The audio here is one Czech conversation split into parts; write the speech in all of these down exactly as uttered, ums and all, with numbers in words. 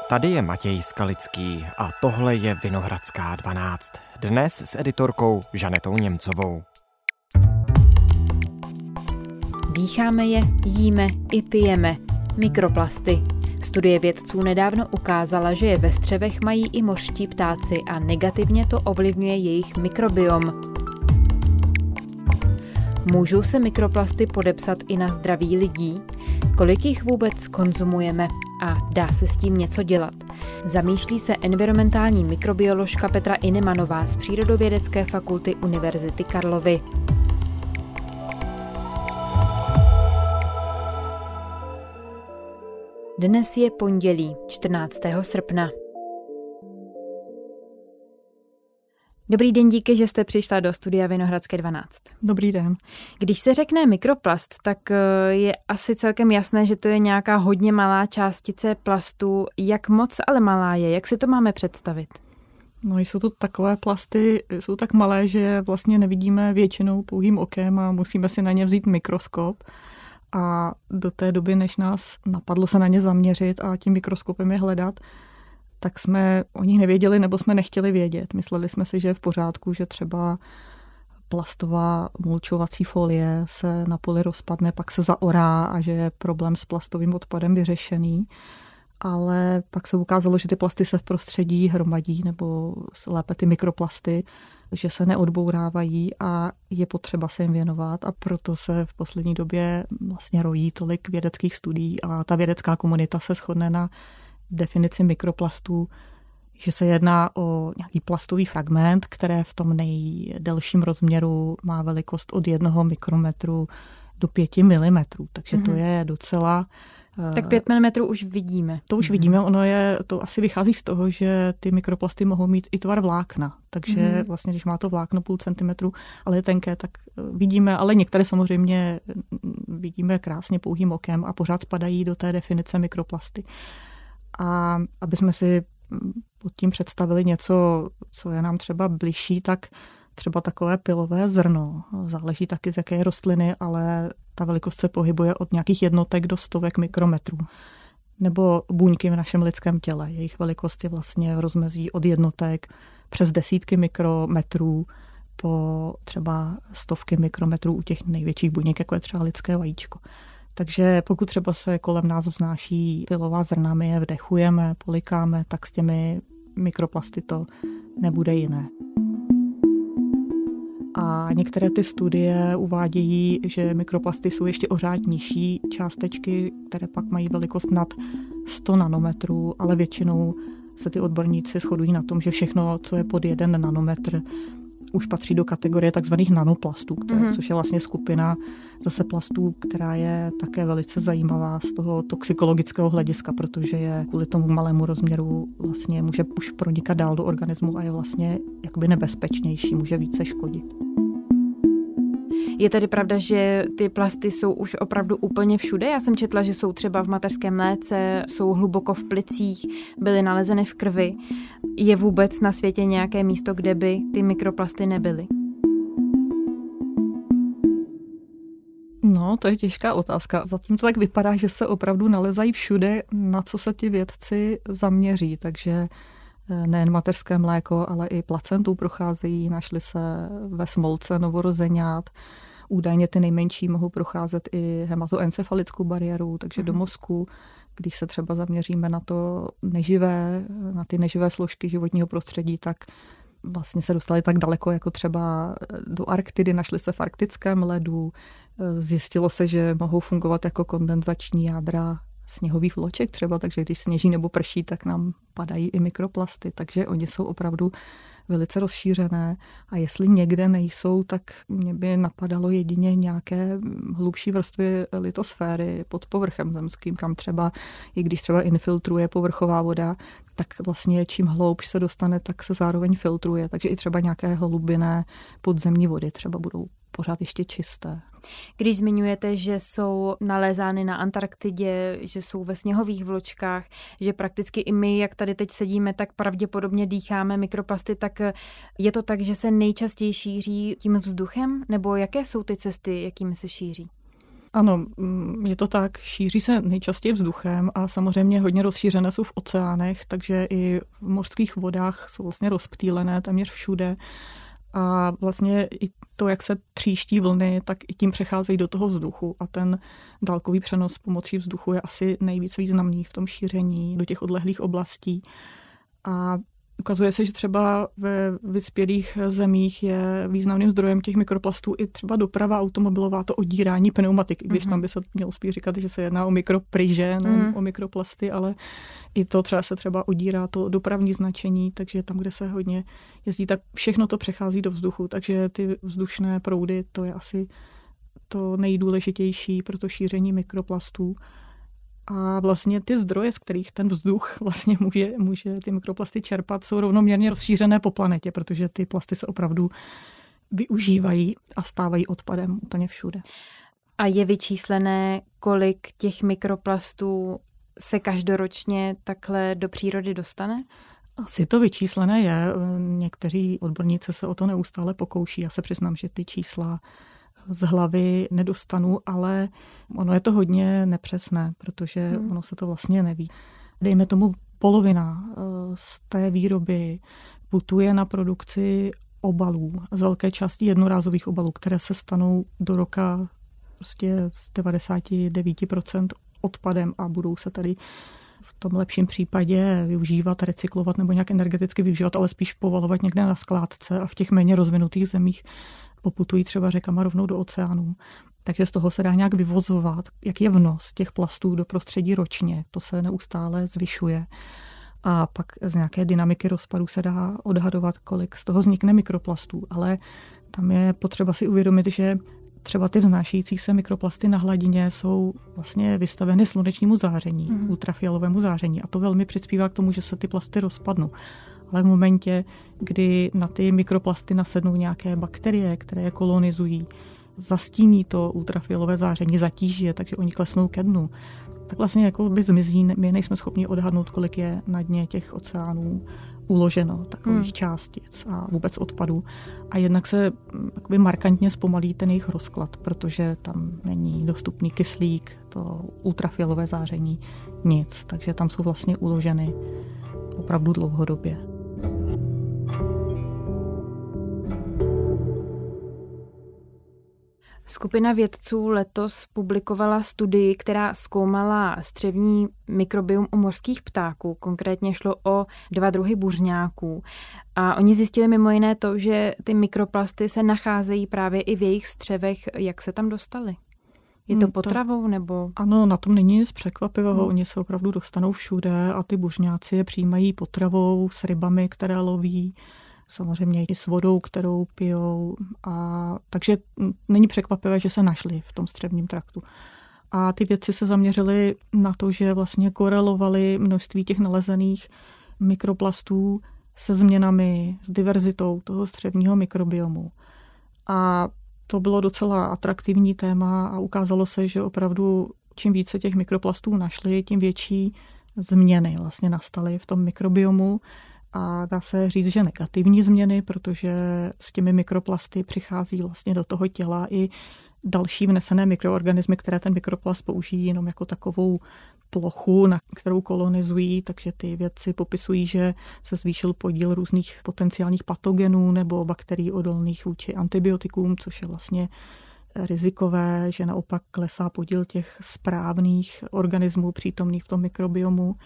Tady je Matěj Skalický a tohle je Vinohradská dvanáct. Dnes s editorkou Žanetou Němcovou. Dýcháme je, jíme i pijeme. Mikroplasty. Studie vědců nedávno ukázala, že je ve střevech mají i mořští ptáci a negativně to ovlivňuje jejich mikrobiom. Můžou se mikroplasty podepsat i na zdraví lidí? Kolik jich vůbec konzumujeme? A dá se s tím něco dělat? Zamýšlí se environmentální mikrobioložka Petra Inemanová z Přírodovědecké fakulty Univerzity Karlovy. Dnes je pondělí, čtrnáctého srpna. Dobrý den, díky, že jste přišla do studia Vinohradské dvanáct. Dobrý den. Když se řekne mikroplast, tak je asi celkem jasné, že to je nějaká hodně malá částice plastu. Jak moc ale malá je? Jak si to máme představit? No, jsou to takové plasty, jsou tak malé, že vlastně nevidíme většinou pouhým okem a musíme si na ně vzít mikroskop. A do té doby, než nás napadlo se na ně zaměřit a tím mikroskopem je hledat, tak jsme o nich nevěděli nebo jsme nechtěli vědět. Mysleli jsme si, že je v pořádku, že třeba plastová mulčovací folie se na poli rozpadne, pak se zaorá a že je problém s plastovým odpadem vyřešený. Ale pak se ukázalo, že ty plasty se v prostředí hromadí, nebo lépe ty mikroplasty, že se neodbourávají a je potřeba se jim věnovat a proto se v poslední době vlastně rojí tolik vědeckých studií a ta vědecká komunita se shodne na definici mikroplastů, že se jedná o nějaký plastový fragment, které v tom nejdelším rozměru má velikost od jednoho mikrometru do pěti milimetrů, takže mm-hmm. to je docela... Tak pět milimetrů už vidíme. To už mm-hmm. vidíme, ono je, to asi vychází z toho, že ty mikroplasty mohou mít i tvar vlákna, takže mm-hmm. vlastně, když má to vlákno půl centimetru, ale je tenké, tak vidíme, ale některé samozřejmě vidíme krásně pouhým okem a pořád spadají do té definice mikroplasty. A aby jsme si pod tím představili něco, co je nám třeba bližší, tak třeba takové pilové zrno. Záleží taky z jaké rostliny, ale ta velikost se pohybuje od nějakých jednotek do stovek mikrometrů. Nebo buňky v našem lidském těle. Jejich velikost je vlastně v rozmezí od jednotek přes desítky mikrometrů po třeba stovky mikrometrů u těch největších buněk, jako je třeba lidské vajíčko. Takže pokud třeba se kolem nás vznáší pilová zrna, my je vdechujeme, polikáme, tak s těmi mikroplasty to nebude jiné. A některé ty studie uvádějí, že mikroplasty jsou ještě o řád nižší částečky, které pak mají velikost nad sto nanometrů, ale většinou se ty odborníci shodují na tom, že všechno, co je pod jeden nanometr, už patří do kategorie takzvaných nanoplastů, které, mm-hmm. což je vlastně skupina zase plastů, která je také velice zajímavá z toho toxikologického hlediska, protože je kvůli tomu malému rozměru vlastně může už pronikat dál do organismu a je vlastně jakoby nebezpečnější, může více škodit. Je tedy pravda, že ty plasty jsou už opravdu úplně všude? Já jsem četla, že jsou třeba v mateřském mléce, jsou hluboko v plicích, byly nalezeny v krvi. Je vůbec na světě nějaké místo, kde by ty mikroplasty nebyly? No, to je těžká otázka. Zatím to tak vypadá, že se opravdu nalezají všude, na co se ti vědci zaměří, takže nejen mateřské mléko, ale i placentu procházejí, našly se ve smolce novorozeňat. Údajně ty nejmenší mohou procházet i hematoencefalickou bariéru, takže mm. do mozku. Když se třeba zaměříme na to neživé, na ty neživé složky životního prostředí, tak vlastně se dostali tak daleko, jako třeba do Arktidy, našly se v arktickém ledu. Zjistilo se, že mohou fungovat jako kondenzační jádra sněhových vloček třeba, takže když sněží nebo prší, tak nám padají i mikroplasty, takže oni jsou opravdu velice rozšířené a jestli někde nejsou, tak mě by napadalo jedině nějaké hlubší vrstvy litosféry pod povrchem zemským, kam třeba, i když třeba infiltruje povrchová voda, tak vlastně čím hloubš se dostane, tak se zároveň filtruje, takže i třeba nějaké hlubinné podzemní vody třeba budou pořád ještě čisté. Když zmiňujete, že jsou nalézány na Antarktidě, že jsou ve sněhových vločkách, že prakticky i my, jak tady teď sedíme, tak pravděpodobně dýcháme mikroplasty, tak je to tak, že se nejčastěji šíří tím vzduchem? Nebo jaké jsou ty cesty, jakými se šíří? Ano, je to tak. Šíří se nejčastěji vzduchem a samozřejmě hodně rozšířené jsou v oceánech, takže i v mořských vodách jsou vlastně rozptýlené téměř všude. A vlastně i to, jak se tříští vlny, tak i tím přecházejí do toho vzduchu. A ten dálkový přenos pomocí vzduchu je asi nejvíc významný v tom šíření do těch odlehlých oblastí. A ukazuje se, že třeba ve vyspělých zemích je významným zdrojem těch mikroplastů i třeba doprava automobilová, to odírání pneumatik, i když mm-hmm. tam by se mělo spíš říkat, že se jedná o mikropryže, ne mm. o mikroplasty, ale i to třeba se třeba odírá to dopravní značení, takže tam, kde se hodně jezdí, tak všechno to přechází do vzduchu, takže ty vzdušné proudy, to je asi to nejdůležitější pro to šíření mikroplastů. A vlastně ty zdroje, z kterých ten vzduch vlastně může, může ty mikroplasty čerpat, jsou rovnoměrně rozšířené po planetě, protože ty plasty se opravdu využívají a stávají odpadem úplně všude. A je vyčíslené, kolik těch mikroplastů se každoročně takhle do přírody dostane? Asi to vyčíslené je. Někteří odborníci se o to neustále pokouší. Já se přiznám, že ty čísla z hlavy nedostanu, ale ono je to hodně nepřesné, protože hmm. ono se to vlastně neví. Dejme tomu polovina z té výroby putuje na produkci obalů, z velké části jednorázových obalů, které se stanou do roka prostě z devadesát devět procent odpadem a budou se tady v tom lepším případě využívat, recyklovat nebo nějak energeticky využívat, ale spíš povalovat někde na skládce a v těch méně rozvinutých zemích poputují třeba řekama rovnou do oceánů. Takže z toho se dá nějak vyvozovat, jak je vnos těch plastů do prostředí ročně. To se neustále zvyšuje. A pak z nějaké dynamiky rozpadu se dá odhadovat, kolik z toho vznikne mikroplastů. Ale tam je potřeba si uvědomit, že třeba ty vznášející se mikroplasty na hladině jsou vlastně vystaveny slunečnímu záření, mm. ultrafialovému záření. A to velmi přispívá k tomu, že se ty plasty rozpadnou. Ale v momentě, kdy na ty mikroplasty nasednou nějaké bakterie, které je kolonizují, zastíní to ultrafialové záření, zatíží je, takže oni klesnou ke dnu, tak vlastně jako by zmizí, my nejsme schopni odhadnout, kolik je na dně těch oceánů uloženo takových hmm. částic a vůbec odpadů. A jednak se jakoby markantně zpomalí ten jejich rozklad, protože tam není dostupný kyslík, to ultrafialové záření, nic. Takže tam jsou vlastně uloženy opravdu dlouhodobě. Skupina vědců letos publikovala studii, která zkoumala střevní mikrobiom u mořských ptáků. Konkrétně šlo o dva druhy buřňáků. A oni zjistili mimo jiné to, že ty mikroplasty se nacházejí právě i v jejich střevech. Jak se tam dostali? Je to potravou nebo? Ano, na tom není nic překvapivého. Hmm. Oni se opravdu dostanou všude a ty buřňáci je přijímají potravou s rybami, které loví. Samozřejmě i s vodou, kterou pijou. A takže není překvapivé, že se našli v tom střevním traktu. A ty vědci se zaměřili na to, že vlastně korelovali množství těch nalezených mikroplastů se změnami, s diverzitou toho střevního mikrobiomu. A to bylo docela atraktivní téma a ukázalo se, že opravdu čím více těch mikroplastů našli, tím větší změny vlastně nastaly v tom mikrobiomu. A dá se říct, že negativní změny, protože s těmi mikroplasty přichází vlastně do toho těla i další vnesené mikroorganismy, které ten mikroplast použijí jenom jako takovou plochu, na kterou kolonizují, takže ty vědci popisují, že se zvýšil podíl různých potenciálních patogenů nebo bakterií odolných vůči antibiotikům, což je vlastně rizikové, že naopak klesá podíl těch správných organismů přítomných v tom mikrobiomu.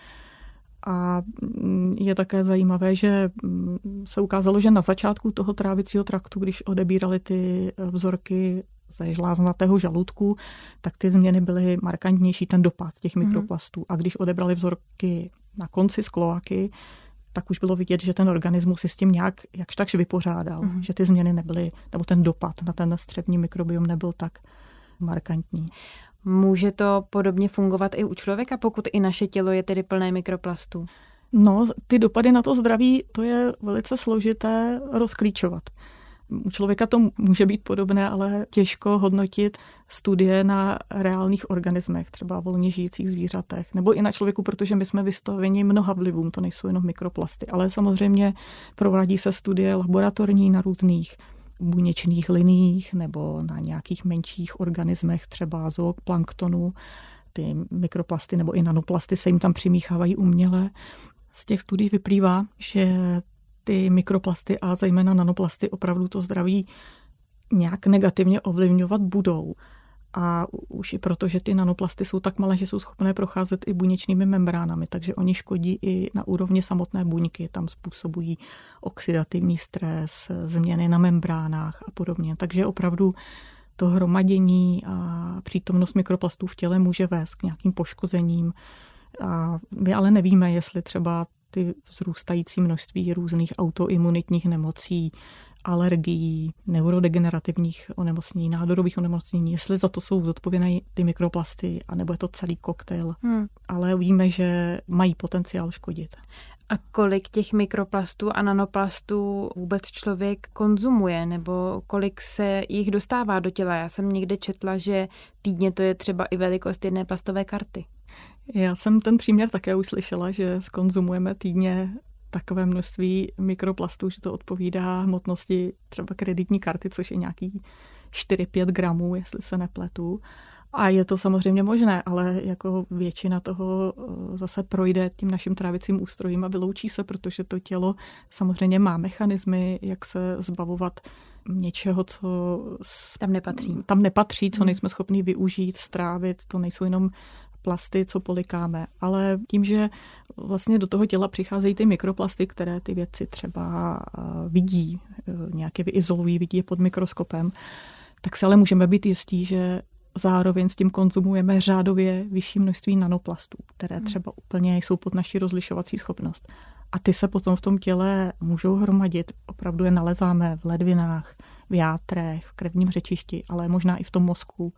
A je také zajímavé, že se ukázalo, že na začátku toho trávicího traktu, když odebírali ty vzorky ze žláznatého žaludku, tak ty změny byly markantnější, ten dopad těch mikroplastů. A když odebrali vzorky na konci z kloaky, tak už bylo vidět, že ten organismus si s tím nějak jakž takž vypořádal, mm. že ty změny nebyly, nebo ten dopad na ten střevní mikrobiom nebyl tak markantní. Může to podobně fungovat i u člověka, pokud i naše tělo je tedy plné mikroplastů? No, ty dopady na to zdraví, to je velice složité rozklíčovat. U člověka to může být podobné, ale těžko hodnotit studie na reálných organismech, třeba volně žijících zvířatech, nebo i na člověku, protože my jsme vystaveni mnoha vlivům, to nejsou jenom mikroplasty, ale samozřejmě provádí se studie laboratorní na různých buněčných liniích nebo na nějakých menších organismech, třeba zooplanktonu. Ty mikroplasty nebo i nanoplasty se jim tam přimíchávají uměle. Z těch studií vyplývá, že ty mikroplasty a zejména nanoplasty opravdu to zdraví nějak negativně ovlivňovat budou. A už i proto, že ty nanoplasty jsou tak malé, že jsou schopné procházet i buněčnými membránami, takže oni škodí i na úrovni samotné buňky, tam způsobují oxidativní stres, změny na membránách a podobně. Takže opravdu to hromadění a přítomnost mikroplastů v těle může vést k nějakým poškozením. A my ale nevíme, jestli třeba ty vzrůstající množství různých autoimunitních nemocí, alergií, neurodegenerativních onemocnění, nádorových onemocnění, jestli za to jsou zodpovědné ty mikroplasty, anebo je to celý koktejl. Hmm. Ale víme, že mají potenciál škodit. A kolik těch mikroplastů a nanoplastů vůbec člověk konzumuje, nebo kolik se jich dostává do těla? Já jsem někde četla, že týdně to je třeba i velikost jedné plastové karty. Já jsem ten příměr také uslyšela, že skonzumujeme týdně takové množství mikroplastů, že to odpovídá hmotnosti třeba kreditní karty, což je nějaký čtyři pět gramů, jestli se nepletu. A je to samozřejmě možné, ale jako většina toho zase projde tím naším trávicím ústrojím a vyloučí se, protože to tělo samozřejmě má mechanismy, jak se zbavovat něčeho, co tam nepatří, tam nepatří co nejsme schopni využít, strávit. To nejsou jenom plasty, co polikáme, ale tím, že vlastně do toho těla přicházejí ty mikroplasty, které ty vědci třeba vidí, nějaké vyizolují, vidí je pod mikroskopem, tak se ale můžeme být jistí, že zároveň s tím konzumujeme řádově vyšší množství nanoplastů, které třeba úplně jsou pod naší rozlišovací schopnost. A ty se potom v tom těle můžou hromadit. Opravdu je nalezáme v ledvinách, v játrech, v krevním řečišti, ale možná i v tom mozku.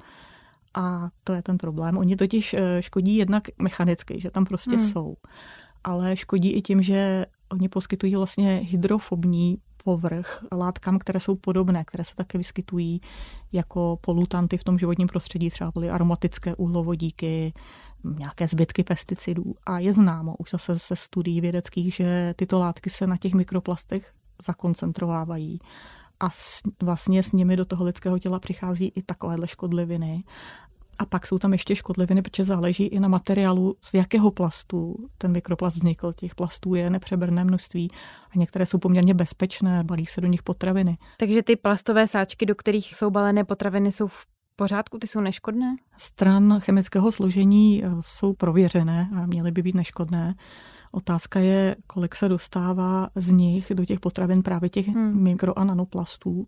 A to je ten problém. Oni totiž škodí jednak mechanicky, že tam prostě hmm. jsou, ale škodí i tím, že oni poskytují vlastně hydrofobní povrch látkám, které jsou podobné, které se také vyskytují jako polutanty v tom životním prostředí, třeba byly aromatické uhlovodíky, nějaké zbytky pesticidů. A je známo už zase ze studií vědeckých, že tyto látky se na těch mikroplastech zakoncentrovávají. A s, vlastně s nimi do toho lidského těla přichází i takovéhle škodliviny. A pak jsou tam ještě škodliviny, protože záleží i na materiálu, z jakého plastu ten mikroplast vznikl. Těch plastů je nepřeberné množství a některé jsou poměrně bezpečné, balí se do nich potraviny. Takže ty plastové sáčky, do kterých jsou balené potraviny, jsou v pořádku, ty jsou neškodné? Stran chemického složení jsou prověřené a měly by být neškodné. Otázka je, kolik se dostává z nich do těch potravin právě těch hmm. mikro- a nanoplastů.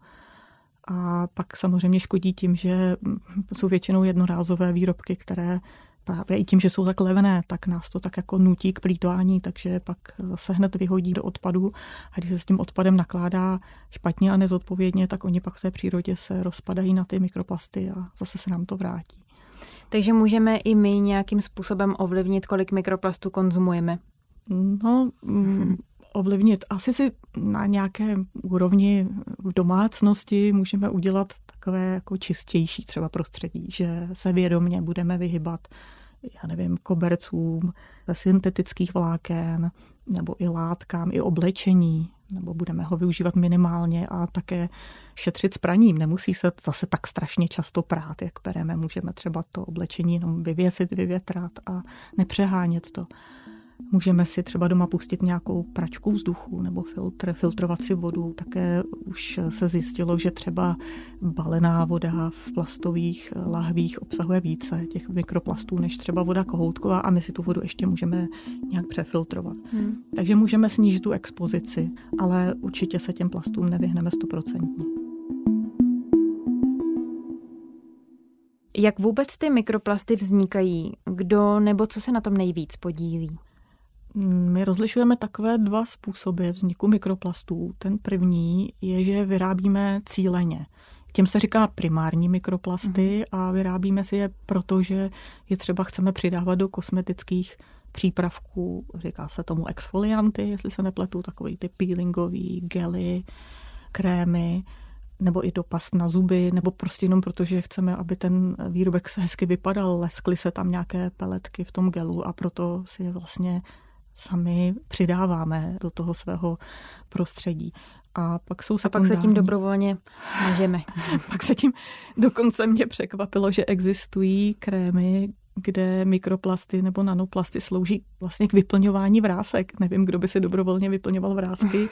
A pak samozřejmě škodí tím, že jsou většinou jednorázové výrobky, které právě i tím, že jsou tak levné, tak nás to tak jako nutí k plýtvání, takže pak zase hned vyhodí do odpadu. A když se s tím odpadem nakládá špatně a nezodpovědně, tak oni pak v té přírodě se rozpadají na ty mikroplasty a zase se nám to vrátí. Takže můžeme i my nějakým způsobem ovlivnit, kolik mikroplastů konzumujeme? No, hmm. ovlivnit. Asi si na nějaké úrovni v domácnosti můžeme udělat takové jako čistější třeba prostředí, že se vědomě budeme vyhybat, já nevím, kobercům ze syntetických vláken nebo i látkám, i oblečení, nebo budeme ho využívat minimálně a také šetřit s praním. Nemusí se zase tak strašně často prát, jak pereme. Můžeme třeba to oblečení jenom vyvěsit, vyvětrat a nepřehánět to. Můžeme si třeba doma pustit nějakou pračku vzduchu nebo filtr, filtrovat si vodu. Také už se zjistilo, že třeba balená voda v plastových lahvích obsahuje více těch mikroplastů než třeba voda kohoutková a my si tu vodu ještě můžeme nějak přefiltrovat. Hmm. Takže můžeme snížit tu expozici, ale určitě se těm plastům nevyhneme stoprocentně. Jak vůbec ty mikroplasty vznikají? Kdo nebo co se na tom nejvíc podílí? My rozlišujeme takové dva způsoby vzniku mikroplastů. Ten první je, že vyrábíme cíleně. Těm se říká primární mikroplasty a vyrábíme si je proto, že je třeba chceme přidávat do kosmetických přípravků. Říká se tomu exfolianty, jestli se nepletu, takový ty peelingový, gely, krémy, nebo i do past na zuby, nebo prostě jenom proto, že chceme, aby ten výrobek se hezky vypadal, leskly se tam nějaké peletky v tom gelu a proto si je vlastně sami přidáváme do toho svého prostředí. A pak jsou A sekundární. pak se tím dobrovolně mažeme. Pak se tím dokonce mě překvapilo, že existují krémy, kde mikroplasty nebo nanoplasty slouží vlastně k vyplňování vrásek. Nevím, kdo by si dobrovolně vyplňoval vrásky.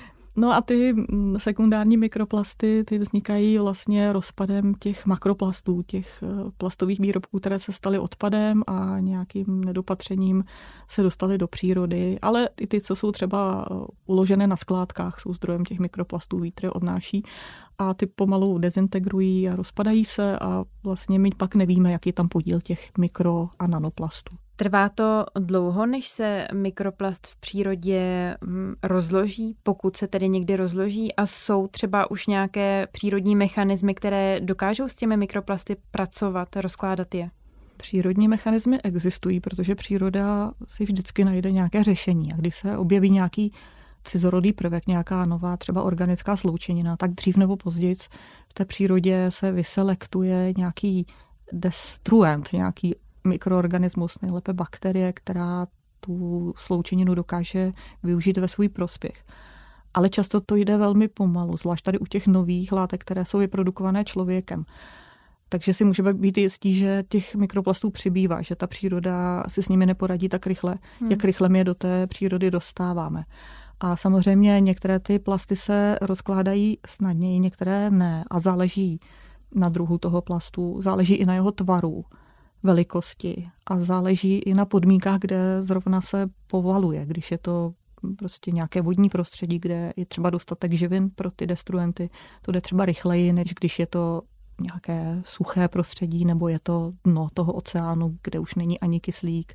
No a ty sekundární mikroplasty, ty vznikají vlastně rozpadem těch makroplastů, těch plastových výrobků, které se staly odpadem a nějakým nedopatřením se dostaly do přírody. Ale i ty, co jsou třeba uložené na skládkách, jsou zdrojem těch mikroplastů, vítr je odnáší a ty pomalu dezintegrují a rozpadají se a vlastně my pak nevíme, jaký je tam podíl těch mikro- a nanoplastů. Trvá to dlouho, než se mikroplast v přírodě rozloží, pokud se tedy někdy rozloží, a jsou třeba už nějaké přírodní mechanismy, které dokážou s těmi mikroplasty pracovat, rozkládat je? Přírodní mechanismy existují, protože příroda si vždycky najde nějaké řešení. A když se objeví nějaký cizorodý prvek, nějaká nová třeba organická sloučenina, tak dřív nebo později v té přírodě se vyselektuje nějaký destruent, nějaký mikroorganismus, nejlépe bakterie, která tu sloučeninu dokáže využít ve svůj prospěch. Ale často to jde velmi pomalu, zvlášť tady u těch nových látek, které jsou vyprodukované člověkem. Takže si můžeme být jistí, že těch mikroplastů přibývá, že ta příroda si s nimi neporadí tak rychle, hmm. jak rychle my je do té přírody dostáváme. A samozřejmě některé ty plasty se rozkládají snadněji, některé ne. A záleží na druhu toho plastu, záleží i na jeho tvaru, velikosti a záleží i na podmínkách, kde zrovna se povaluje. Když je to prostě nějaké vodní prostředí, kde je třeba dostatek živin pro ty destruenty, to jde třeba rychleji, než když je to nějaké suché prostředí nebo je to dno toho oceánu, kde už není ani kyslík,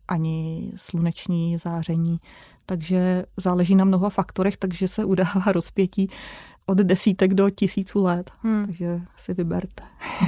ani sluneční záření. Takže záleží na mnoha faktorech, takže se udává rozpětí od desítek do tisíců let. Hmm. Takže si vyberte.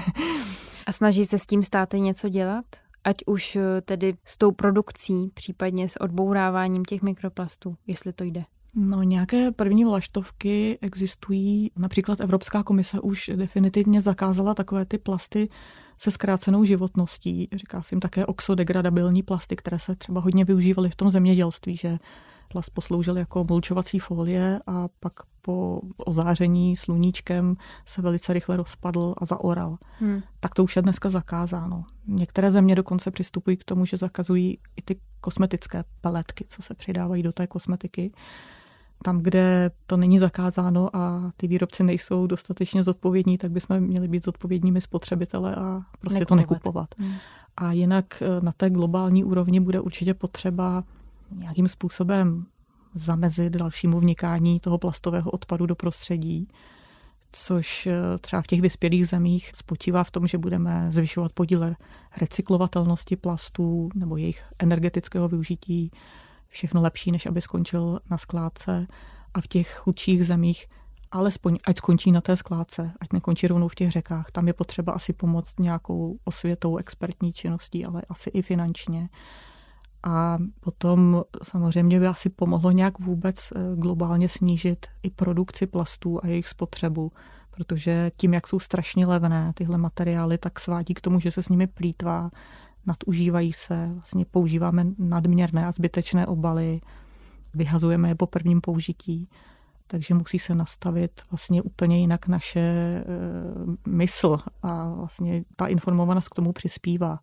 A snaží se s tím státy něco dělat? Ať už tedy s tou produkcí, případně s odbouráváním těch mikroplastů, jestli to jde. No, nějaké první vlaštovky existují. Například Evropská komise už definitivně zakázala takové ty plasty se zkrácenou životností. Říká se jim také oxodegradabilní plasty, které se třeba hodně využívaly v tom zemědělství, že plast posloužil jako mulčovací folie a pak po ozáření sluníčkem se velice rychle rozpadl a zaoral. Hmm. Tak to už je dneska zakázáno. Některé země dokonce přistupují k tomu, že zakazují i ty kosmetické peletky, co se přidávají do té kosmetiky. Tam, kde to není zakázáno a ty výrobci nejsou dostatečně zodpovědní, tak bychom měli být zodpovědními spotřebitele a prostě nekupovat. to nekupovat. Hmm. A jinak na té globální úrovni bude určitě potřeba nějakým způsobem zamezit dalšímu vnikání toho plastového odpadu do prostředí, což třeba v těch vyspělých zemích spočívá v tom, že budeme zvyšovat podíl recyklovatelnosti plastů nebo jejich energetického využití, všechno lepší, než aby skončil na skládce, a v těch chudších zemích alespoň ať skončí na té skládce, ať nekončí rovnou v těch řekách. Tam je potřeba asi pomoct nějakou osvětou, expertní činností, ale asi i finančně. A potom samozřejmě by asi pomohlo nějak vůbec globálně snížit i produkci plastů a jejich spotřebu, protože tím, jak jsou strašně levné tyhle materiály, tak svádí k tomu, že se s nimi plýtvá, nadužívají se, vlastně používáme nadměrné a zbytečné obaly, vyhazujeme je po prvním použití, takže musí se nastavit vlastně úplně jinak naše e, mysl a vlastně ta informovanost k tomu přispívá,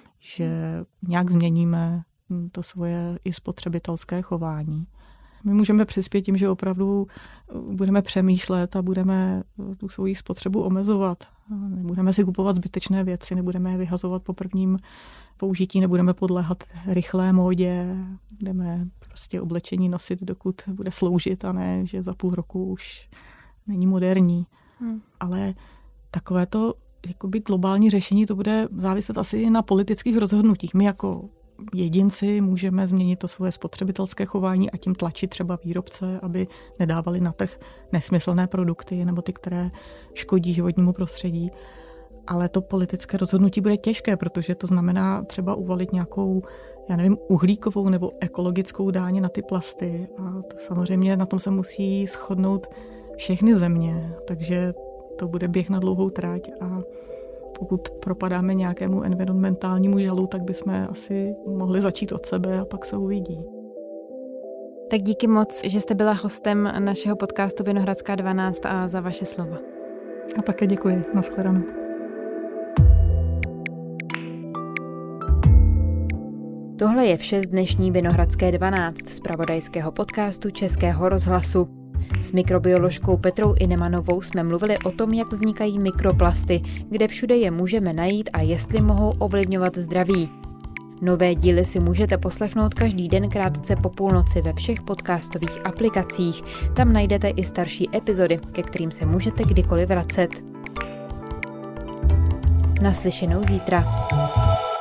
že nějak změníme to svoje i spotřebitelské chování. My můžeme přispět tím, že opravdu budeme přemýšlet a budeme tu svoji spotřebu omezovat. Nebudeme si kupovat zbytečné věci, nebudeme je vyhazovat po prvním použití, nebudeme podléhat rychlé módě, budeme prostě oblečení nosit, dokud bude sloužit, a ne, že za půl roku už není moderní. Hmm. Ale takovéto jakoby globální řešení, to bude záviset asi na politických rozhodnutích. My jako jedinci můžeme změnit to svoje spotřebitelské chování a tím tlačit třeba výrobce, aby nedávali na trh nesmyslné produkty nebo ty, které škodí životnímu prostředí. Ale to politické rozhodnutí bude těžké, protože to znamená třeba uvalit nějakou, já nevím, uhlíkovou nebo ekologickou dáň na ty plasty. A to samozřejmě na tom se musí shodnout všechny země, takže to bude běh na dlouhou trať a pokud propadáme nějakému environmentálnímu žalu, tak bychom asi mohli začít od sebe a pak se uvidí. Tak díky moc, že jste byla hostem našeho podcastu Vinohradská dvanáct a za vaše slova. A také děkuji. Naschledanou. Tohle je vše z dnešní Vinohradské dvanáct z zpravodajského podcastu Českého rozhlasu. S mikrobioložkou Petrou Inemanovou jsme mluvili o tom, jak vznikají mikroplasty, kde všude je můžeme najít a jestli mohou ovlivňovat zdraví. Nové díly si můžete poslechnout každý den krátce po půlnoci ve všech podcastových aplikacích. Tam najdete i starší epizody, ke kterým se můžete kdykoliv vracet. Naslyšenou zítra.